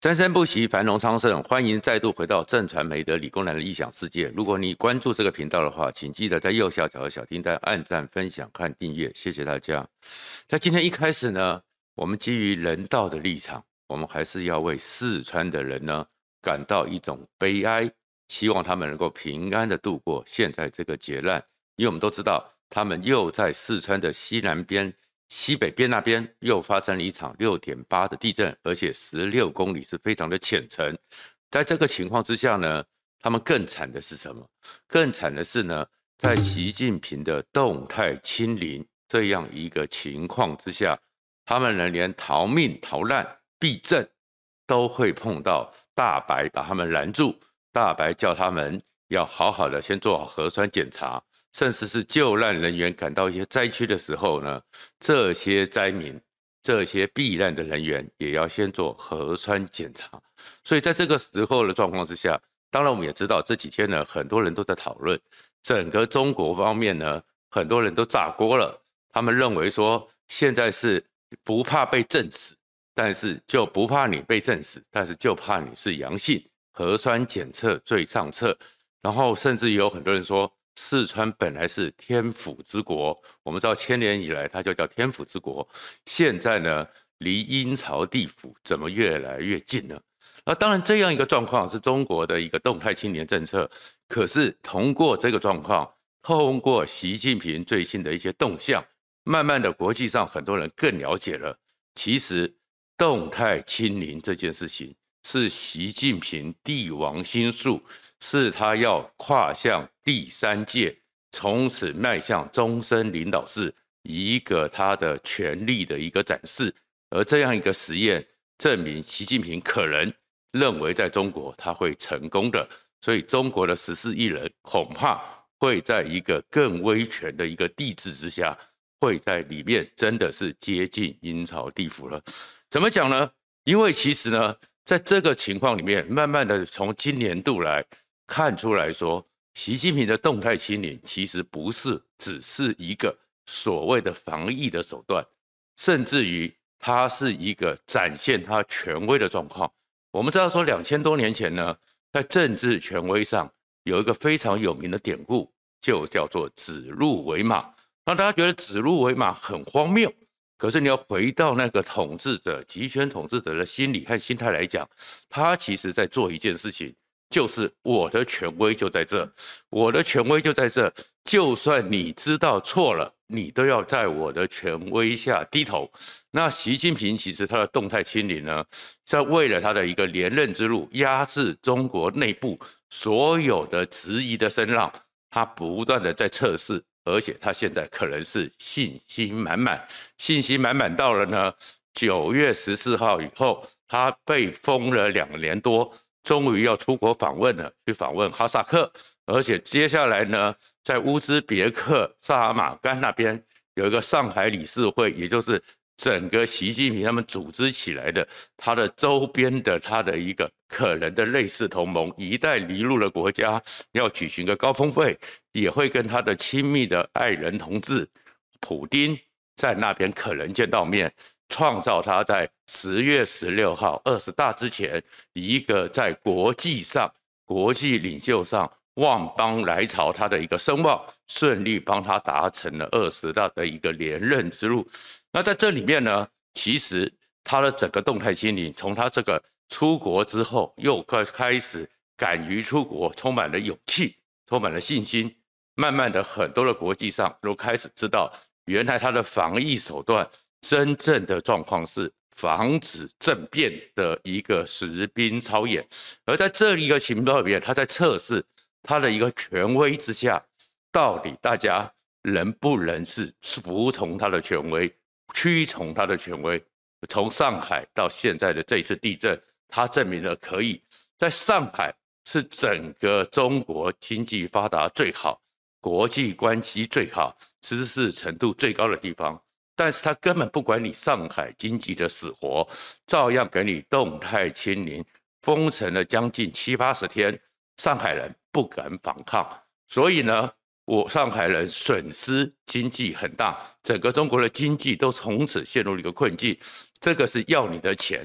生生不息，繁荣昌盛。欢迎再度回到正传媒的理工男的异想世界。如果你关注这个频道的话，请记得在右下角的小叮当按赞、分享和订阅，谢谢大家。在今天一开始呢，我们基于人道的立场，我们还是要为四川的人呢感到一种悲哀，希望他们能够平安的度过现在这个劫难。因为我们都知道，他们又在四川的西南边。西北边那边又发生了一场6.8的地震，而且16公里，是非常的浅层。在这个情况之下呢，他们更惨的是什么？更惨的是呢，在习近平的动态清零这样一个情况之下，他们呢连逃命逃难避震都会碰到大白把他们拦住，大白叫他们要好好的先做好核酸检查。甚至是救难人员赶到一些灾区的时候呢，这些灾民、这些避难的人员也要先做核酸检查。所以在这个时候的状况之下，当然我们也知道这几天呢，很多人都在讨论整个中国方面呢，很多人都炸锅了。他们认为说，现在是不怕被震死，但是就不怕你被震死，但是就怕你是阳性，核酸检测最上策。然后甚至有很多人说，四川本来是天府之国，我们知道千年以来它就叫天府之国，现在呢离阴曹地府怎么越来越近呢？当然这样一个状况是中国的一个动态清零政策，可是通过这个状况，通过习近平最新的一些动向，慢慢的国际上很多人更了解了，其实动态清零这件事情是习近平帝王心术，是他要跨向第3届，从此迈向终身领导制一个他的权力的一个展示。而这样一个实验证明，习近平可能认为在中国他会成功的，所以中国的14亿人恐怕会在一个更威权的一个帝制之下，会在里面真的是接近阴曹地府了。怎么讲呢？因为其实呢，在这个情况里面，慢慢的从今年度来看出来说，习近平的动态清零其实不是只是一个所谓的防疫的手段，甚至于它是一个展现他权威的状况。我们知道说2000多年前呢，在政治权威上有一个非常有名的典故，就叫做指鹿为马。让大家觉得指鹿为马很荒谬，可是你要回到那个统治者、集权统治者的心理和心态来讲，他其实在做一件事情，就是我的权威就在这，我的权威就在这，就算你知道错了，你都要在我的权威下低头。那习近平其实他的动态清零呢，在为了他的一个连任之路，压制中国内部所有的质疑的声浪，他不断的在测试。而且他现在可能是信心满满，信心满满到了呢9月14号以后，他被封了2年多，终于要出国访问了，去访问哈萨克，而且接下来呢，在乌兹别克萨尔马干那边有一个上海理事会，也就是整个习近平他们组织起来的，他的周边的他的一个可能的类似同盟，一带一路的国家要举行个高峰会，也会跟他的亲密的爱人同志普丁在那边可能见到面，创造他在10月16号20大之前一个在国际上、国际领袖上望邦来朝他的一个声望，顺利帮他达成了20大的一个连任之路。那在这里面呢，其实他的整个动态清零，从他这个出国之后，又开始敢于出国，充满了勇气，充满了信心。慢慢的，很多的国际上都开始知道，原来他的防疫手段真正的状况是防止政变的一个实兵操演。而在这一个情况里面，他在测试他的一个权威之下，到底大家能不能是服从他的权威，屈从他的权威。从上海到现在的这一次地震，他证明了可以。在上海是整个中国经济发达最好、国际关系最好、知识程度最高的地方，但是他根本不管你上海经济的死活，照样给你动态清零，封城了将近70-80天，上海人不敢反抗。所以呢，上海人损失经济很大，整个中国的经济都从此陷入了一个困境。这个是要你的钱，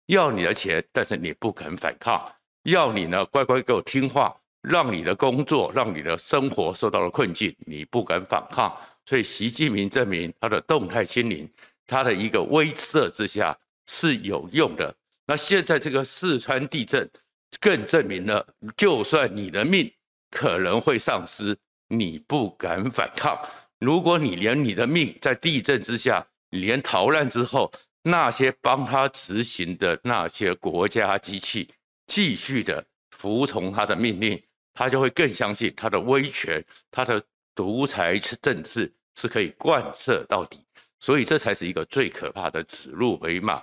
要你的钱，但是你不肯反抗，要你呢乖乖给我听话，让你的工作、让你的生活受到了困境，你不敢反抗。所以习近平证明他的动态清零，他的一个威慑之下是有用的。那现在这个四川地震更证明了，就算你的命可能会丧失，你不敢反抗。如果你连你的命在地震之下，连逃难之后，那些帮他执行的那些国家机器继续的服从他的命令，他就会更相信他的威权，他的独裁政治是可以贯彻到底。所以这才是一个最可怕的指鹿为马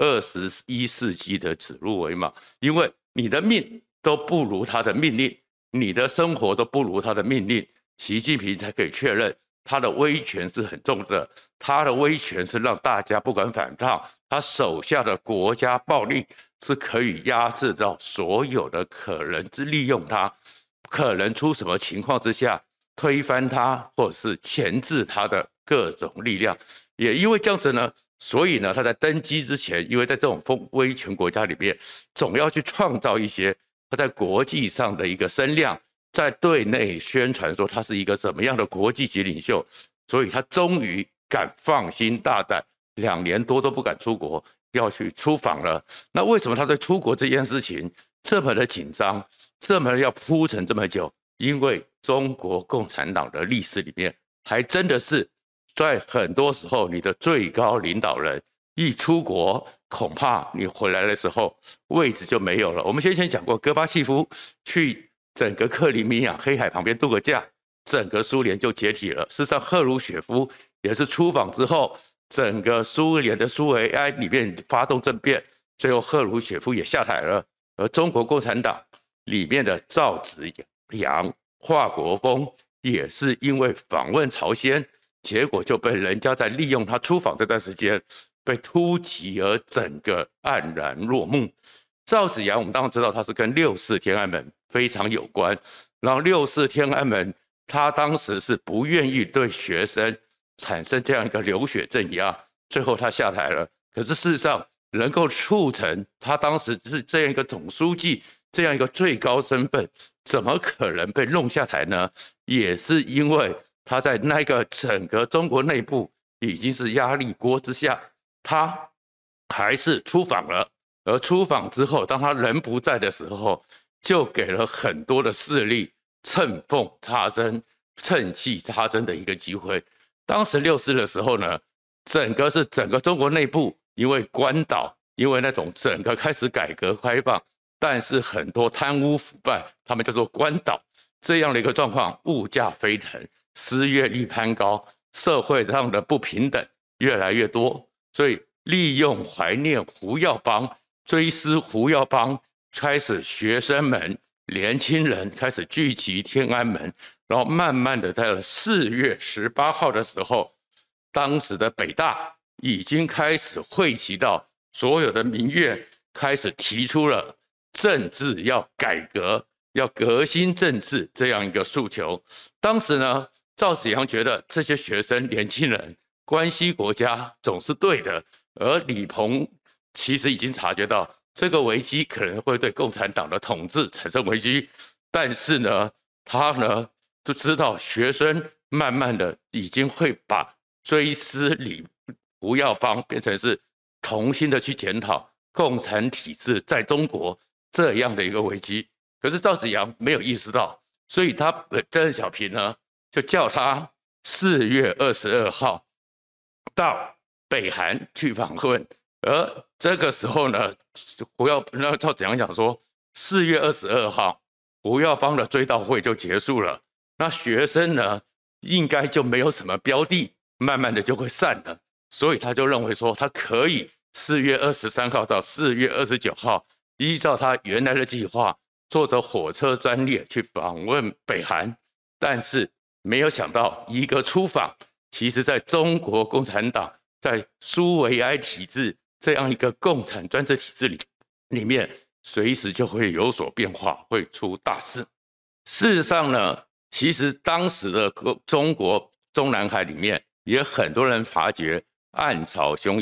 ，21世纪的指鹿为马，因为你的命都不如他的命令，你的生活都不如他的命令，习近平才可以确认他的威权是很重的，他的威权是让大家不敢反抗，他手下的国家暴力是可以压制到所有的可能之利用他，可能出什么情况之下推翻他或者是钳制他的各种力量。也因为这样子呢，所以呢，他在登基之前，因为在这种威权国家里面，总要去创造一些他在国际上的一个声量，在对内宣传说他是一个怎么样的国际级领袖，所以他终于敢放心大胆，2年多都不敢出国，要去出访了。那为什么他对出国这件事情这么的紧张，这么要铺陈这么久？因为中国共产党的历史里面，还真的是在很多时候，你的最高领导人一出国，恐怕你回来的时候位置就没有了。我们先前讲过，戈巴契夫去整个克里米亚黑海旁边度个假，整个苏联就解体了。事实上，赫鲁雪夫也是出访之后，整个苏联的苏维埃里面发动政变，最后赫鲁雪夫也下台了。而中国共产党里面的赵紫阳、华国锋也是因为访问朝鲜，结果就被人家在利用他出访这段时间被突袭，而整个黯然落幕。赵紫阳我们当然知道他是跟6·4天安门非常有关，然后6·4天安门他当时是不愿意对学生产生这样一个流血镇压，最后他下台了。可是事实上能够促成他当时是这样一个总书记，这样一个最高身份，怎么可能被弄下台呢？也是因为他在那个整个中国内部已经是压力锅之下，他还是出访了。而出访之后，当他人不在的时候，就给了很多的势力趁缝插针、趁机插针的一个机会。当时6·4的时候呢，整个中国内部因为关岛，因为那种整个开始改革开放，但是很多贪污腐败，他们叫做关岛这样的一个状况，物价飞腾，失业率攀高，社会上的不平等越来越多，所以利用怀念胡耀邦、追思胡耀邦，开始学生们、年轻人开始聚集天安门，然后慢慢的在4月18号的时候，当时的北大已经开始汇集到所有的民怨，开始提出了政治要改革、要革新政治这样一个诉求。当时呢，赵紫阳觉得这些学生、年轻人关系国家总是对的，而李鹏其实已经察觉到这个危机可能会对共产党的统治产生危机，但是呢，他呢就知道学生慢慢的已经会把追思胡耀邦变成是重新的去检讨共产体制在中国这样的一个危机。可是赵紫阳没有意识到，所以他邓小平呢就叫他4月22号到北韩去访问。而这个时候呢，赵紫阳讲说，4月22号胡耀邦的追悼会就结束了，那学生呢应该就没有什么标的，慢慢的就会散了。所以他就认为说，他可以4月23号到4月29号，依照他原来的计划，坐着火车专列去访问北韩。但是没有想到，一个出访，其实在中国共产党在苏维埃体制这样一个共产专制体制里面，随时就会有所变化，会出大事。事实上呢，其实当时的中国中南海里面也很多人察觉暗潮汹涌，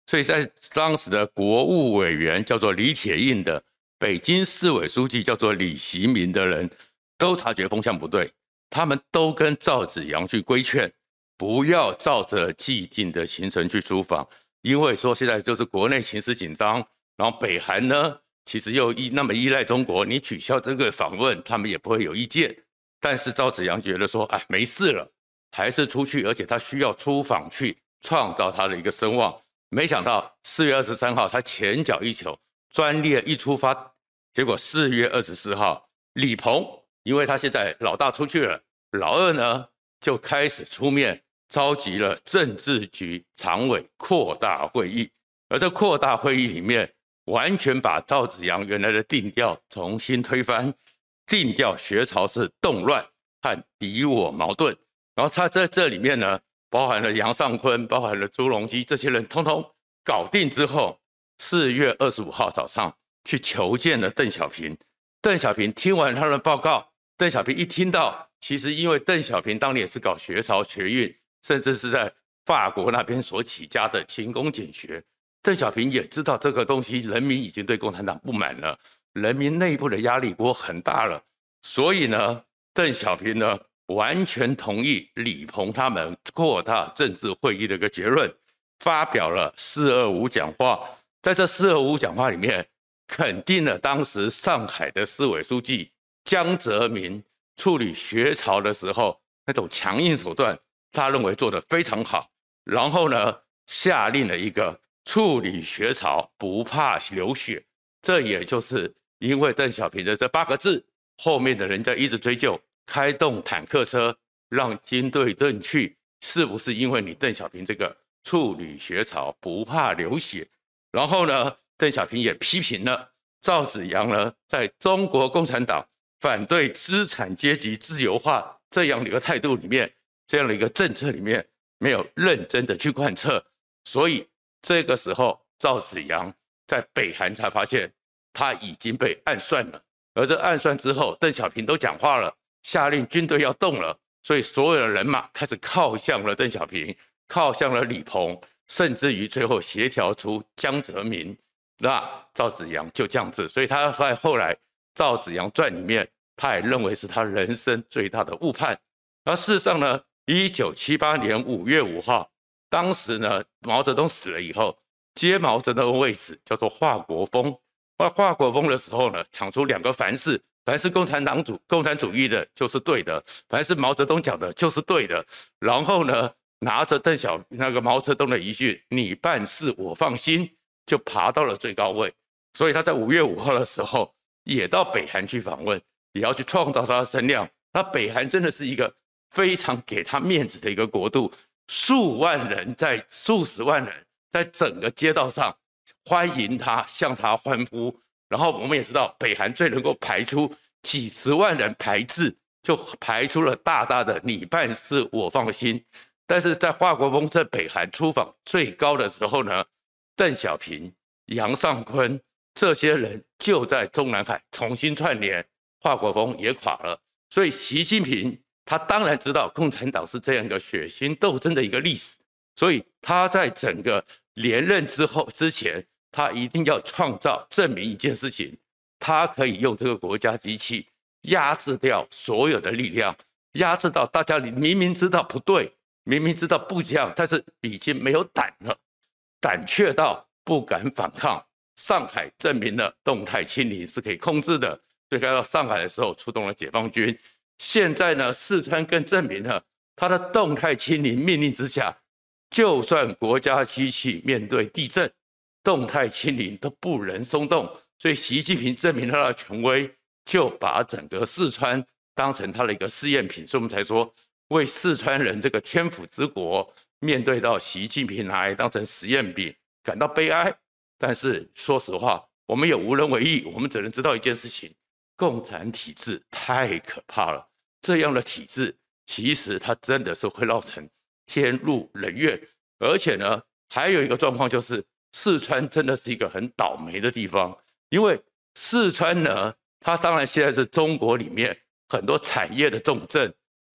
所以在当时的国务委员叫做李铁映的，北京市委书记叫做李习明的人，都察觉风向不对，他们都跟赵紫阳去规劝，不要照着既定的行程去出访，因为说现在就是国内形势紧张，然后北韩呢其实又那么依赖中国，你取消这个访问，他们也不会有意见。但是赵紫阳觉得说，哎，没事了，还是出去，而且他需要出访去创造他的一个声望。没想到4月23号，他前脚一球，专列一出发，结果4月24号，李鹏，因为他现在老大出去了，老二呢就开始出面召集了政治局常委扩大会议，而这扩大会议里面，完全把赵紫阳原来的定调重新推翻，定调学潮是动乱和敌我矛盾。然后他在这里面呢，包含了杨尚昆，包含了朱镕基这些人，通通搞定之后，4月25号早上去求见了邓小平。邓小平听完他的报告，邓小平一听到，其实因为邓小平当年也是搞学潮学运，甚至是在法国那边所起家的勤工俭学。邓小平也知道这个东西，人民已经对共产党不满了，人民内部的压力锅很大了，所以呢，邓小平呢完全同意李鹏他们扩大政治会议的一个结论，发表了425讲话。在这425讲话里面，肯定了当时上海的市委书记江泽民处理学潮的时候那种强硬手段，他认为做得非常好。然后呢，下令了一个处理学潮不怕流血，这也就是因为邓小平的这8个字，后面的人家一直追究，开动坦克车让军队遁去，是不是因为你邓小平这个处理学潮不怕流血？然后呢，邓小平也批评了赵紫阳呢，在中国共产党反对资产阶级自由化这样的一个态度里面，这样的一个政策里面没有认真的去贯彻，所以这个时候赵紫阳在北韩才发现他已经被暗算了，而这暗算之后，邓小平都讲话了，下令军队要动了，所以所有的人马开始靠向了邓小平，靠向了李鹏，甚至于最后协调出江泽民，那赵紫阳就这样子，所以他在后来《赵紫阳传》里面，他也认为是他人生最大的误判。而事实上呢，1978年5月5号，当时呢毛泽东死了以后，接毛泽东的位置叫做华国锋。华国锋的时候呢，讲出2个凡是，凡是共产主义的就是对的，凡是毛泽东讲的就是对的。然后呢，拿着那个毛泽东的遗训，你办事我放心，就爬到了最高位。所以他在5月5号的时候，也到北韩去访问，也要去创造他的声量。那北韩真的是一个非常给他面子的一个国度，数十万人在整个街道上欢迎他，向他欢呼。然后我们也知道，北韩最能够排出几十万人排字，就排出了大大的你办事我放心。但是在华国锋在北韩出访最高的时候呢，邓小平、杨尚昆这些人就在中南海重新串联，华国锋也垮了。所以习近平他当然知道共产党是这样一个血腥斗争的一个历史，所以他在整个连任之前，他一定要证明一件事情，他可以用这个国家机器压制掉所有的力量，压制到大家明明知道不对，明明知道不这样，但是已经没有胆了，胆怯到不敢反抗。上海证明了动态清零是可以控制的，所以到上海的时候出动了解放军。现在呢，四川更证明了他的动态清零命令之下，就算国家机器面对地震，动态清零都不能松动。所以习近平证明他的权威，就把整个四川当成他的一个试验品。所以我们才说，为四川人这个天府之国，面对到习近平拿来当成实验品，感到悲哀。但是说实话，我们也无能为力，我们只能知道一件事情：共产体制太可怕了。这样的体制，其实它真的是会造成天怒人怨。而且呢，还有一个状况就是，四川真的是一个很倒霉的地方，因为四川呢，它当然现在是中国里面很多产业的重镇，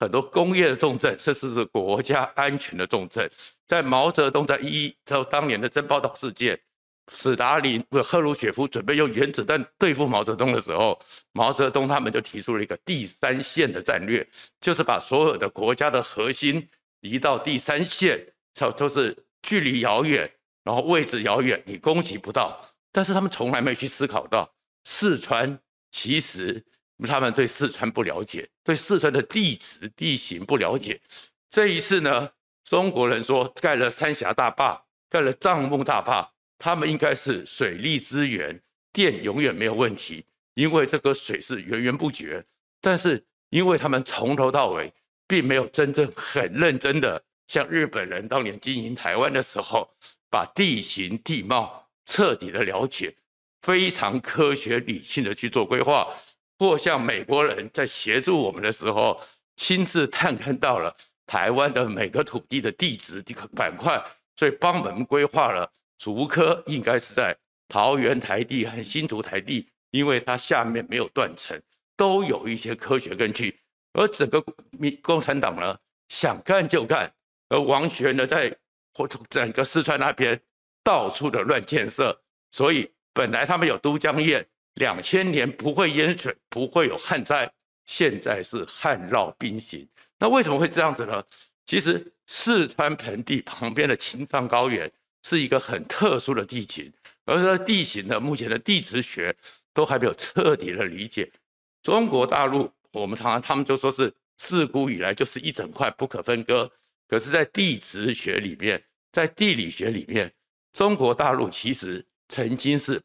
很多工业的重镇，甚至是国家安全的重镇。在毛泽东在当年的珍宝岛事件，斯大林赫鲁雪夫准备用原子弹对付毛泽东的时候，毛泽东他们就提出了一个第三线的战略，就是把所有的国家的核心移到第三线，都是距离遥远，然后位置遥远，你攻击不到。但是他们从来没去思考到四川，其实他们对四川不了解，对四川的地质地形不了解。这一次呢，中国人说盖了三峡大坝，盖了藏木大坝，他们应该是水利资源，电永远没有问题，因为这个水是源源不绝。但是因为他们从头到尾并没有真正很认真的像日本人当年经营台湾的时候，把地形地貌彻底的了解，非常科学理性的去做规划，或像美国人在协助我们的时候，亲自探看到了台湾的每个土地的地质板块，所以帮我们规划了竹科应该是在桃园台地和新竹台地，因为它下面没有断层，都有一些科学根据。而整个共产党呢，想干就干，而王学呢，在整个四川那边到处的乱建设，所以本来他们有都江堰，2000年不会淹水，不会有旱灾，现在是旱涝冰行。那为什么会这样子呢？其实四川盆地旁边的青藏高原是一个很特殊的地形，而这地形呢，目前的地质学都还没有彻底的理解。中国大陆，我们他们就说是自古以来就是一整块不可分割，可是在地质学里面，在地理学里面，中国大陆其实曾经是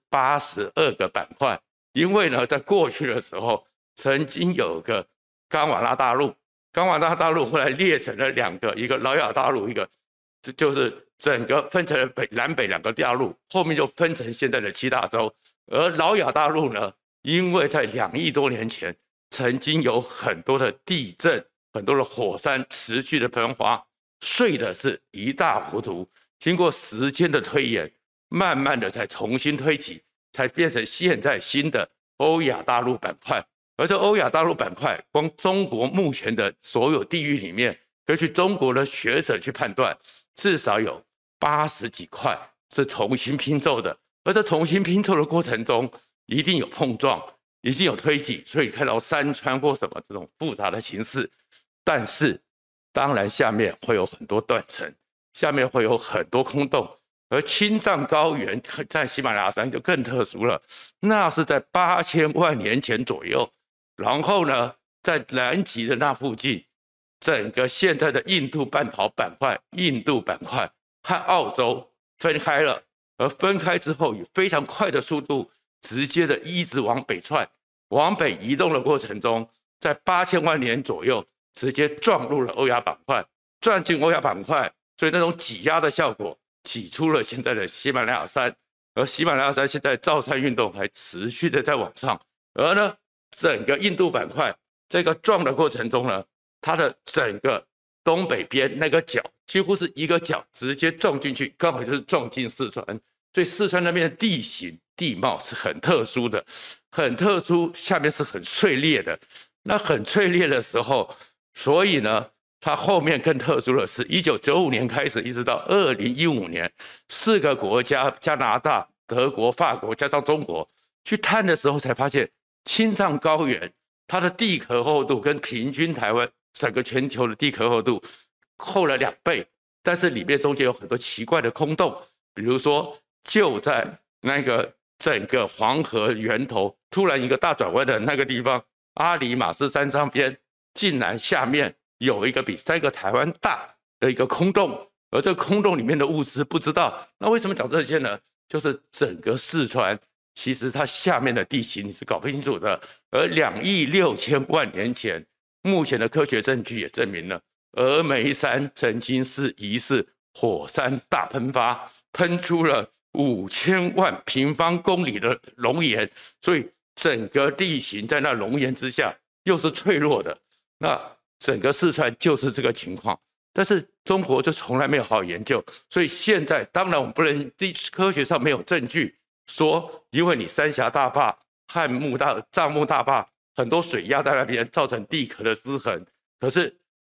82个板块，因为呢，在过去的时候，曾经有个冈瓦纳大陆，冈瓦纳大陆后来裂成了两个，一个劳亚大陆，一个就是整个分成了南北两个大陆，后面就分成现在的7大洲。而劳亚大陆呢，因为在2亿多年前，曾经有很多的地震，很多的火山持续的喷发，碎的是一大糊涂。经过时间的推演，慢慢的才重新推起，才变成现在新的欧亚大陆板块。而这欧亚大陆板块，光中国目前的所有地域里面，根据中国的学者去判断，至少有80几块是重新拼凑的。而这重新拼凑的过程中，一定有碰撞，一定有推挤，所以看到山川或什么这种复杂的形式。但是，当然下面会有很多断层，下面会有很多空洞。而青藏高原在喜马拉雅山就更特殊了，那是在8000万年前左右。然后呢，在南极的那附近，整个现在的印度半岛板块、印度板块和澳洲分开了，而分开之后以非常快的速度，直接的一直往北窜，往北移动的过程中，在8000万年左右，直接撞入了欧亚板块，撞进欧亚板块，所以那种挤压的效果，挤出了现在的喜马拉雅山。而喜马拉雅山现在造山运动还持续的在往上，而呢，整个印度板块这个撞的过程中呢，它的整个东北边那个角几乎是一个角直接撞进去，刚好就是撞进四川。所以四川那边的地形地貌是很特殊的，很特殊，下面是很脆裂的。那很脆裂的时候，所以呢，它后面更特殊的是，1995年开始一直到2015年，4个国家加拿大、德国、法国加上中国去探的时候，才发现青藏高原它的地壳厚度跟平均台湾整个全球的地壳厚度厚了2倍，但是里面中间有很多奇怪的空洞，比如说就在那个整个黄河源头突然一个大转弯的那个地方，阿里马斯山上边竟然下面有一个比3个台湾大的一个空洞，而这个空洞里面的物质不知道。那为什么讲这些呢？就是整个四川其实它下面的地形你是搞不清楚的。而2亿6千万年前，目前的科学证据也证明了，峨眉山曾经是疑似火山大喷发，喷出了5000万平方公里的熔岩，所以整个地形在那熔岩之下又是脆弱的。那整个四川就是这个情况，但是中国就从来没有好好研究，所以现在当然我们不能，科学上没有证据说，因为你三峡大坝、藏木大坝很多水压在那边造成地壳的失衡，可是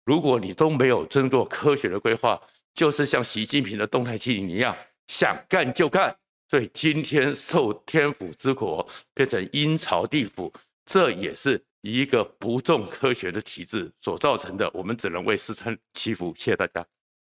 如果你都没有经过科学的规划，就是像习近平的动态清零一样，想干就干。所以今天受天府之国变成阴曹地府，这也是一个不重科学的体制所造成的。我们只能为四川祈福，谢谢大家。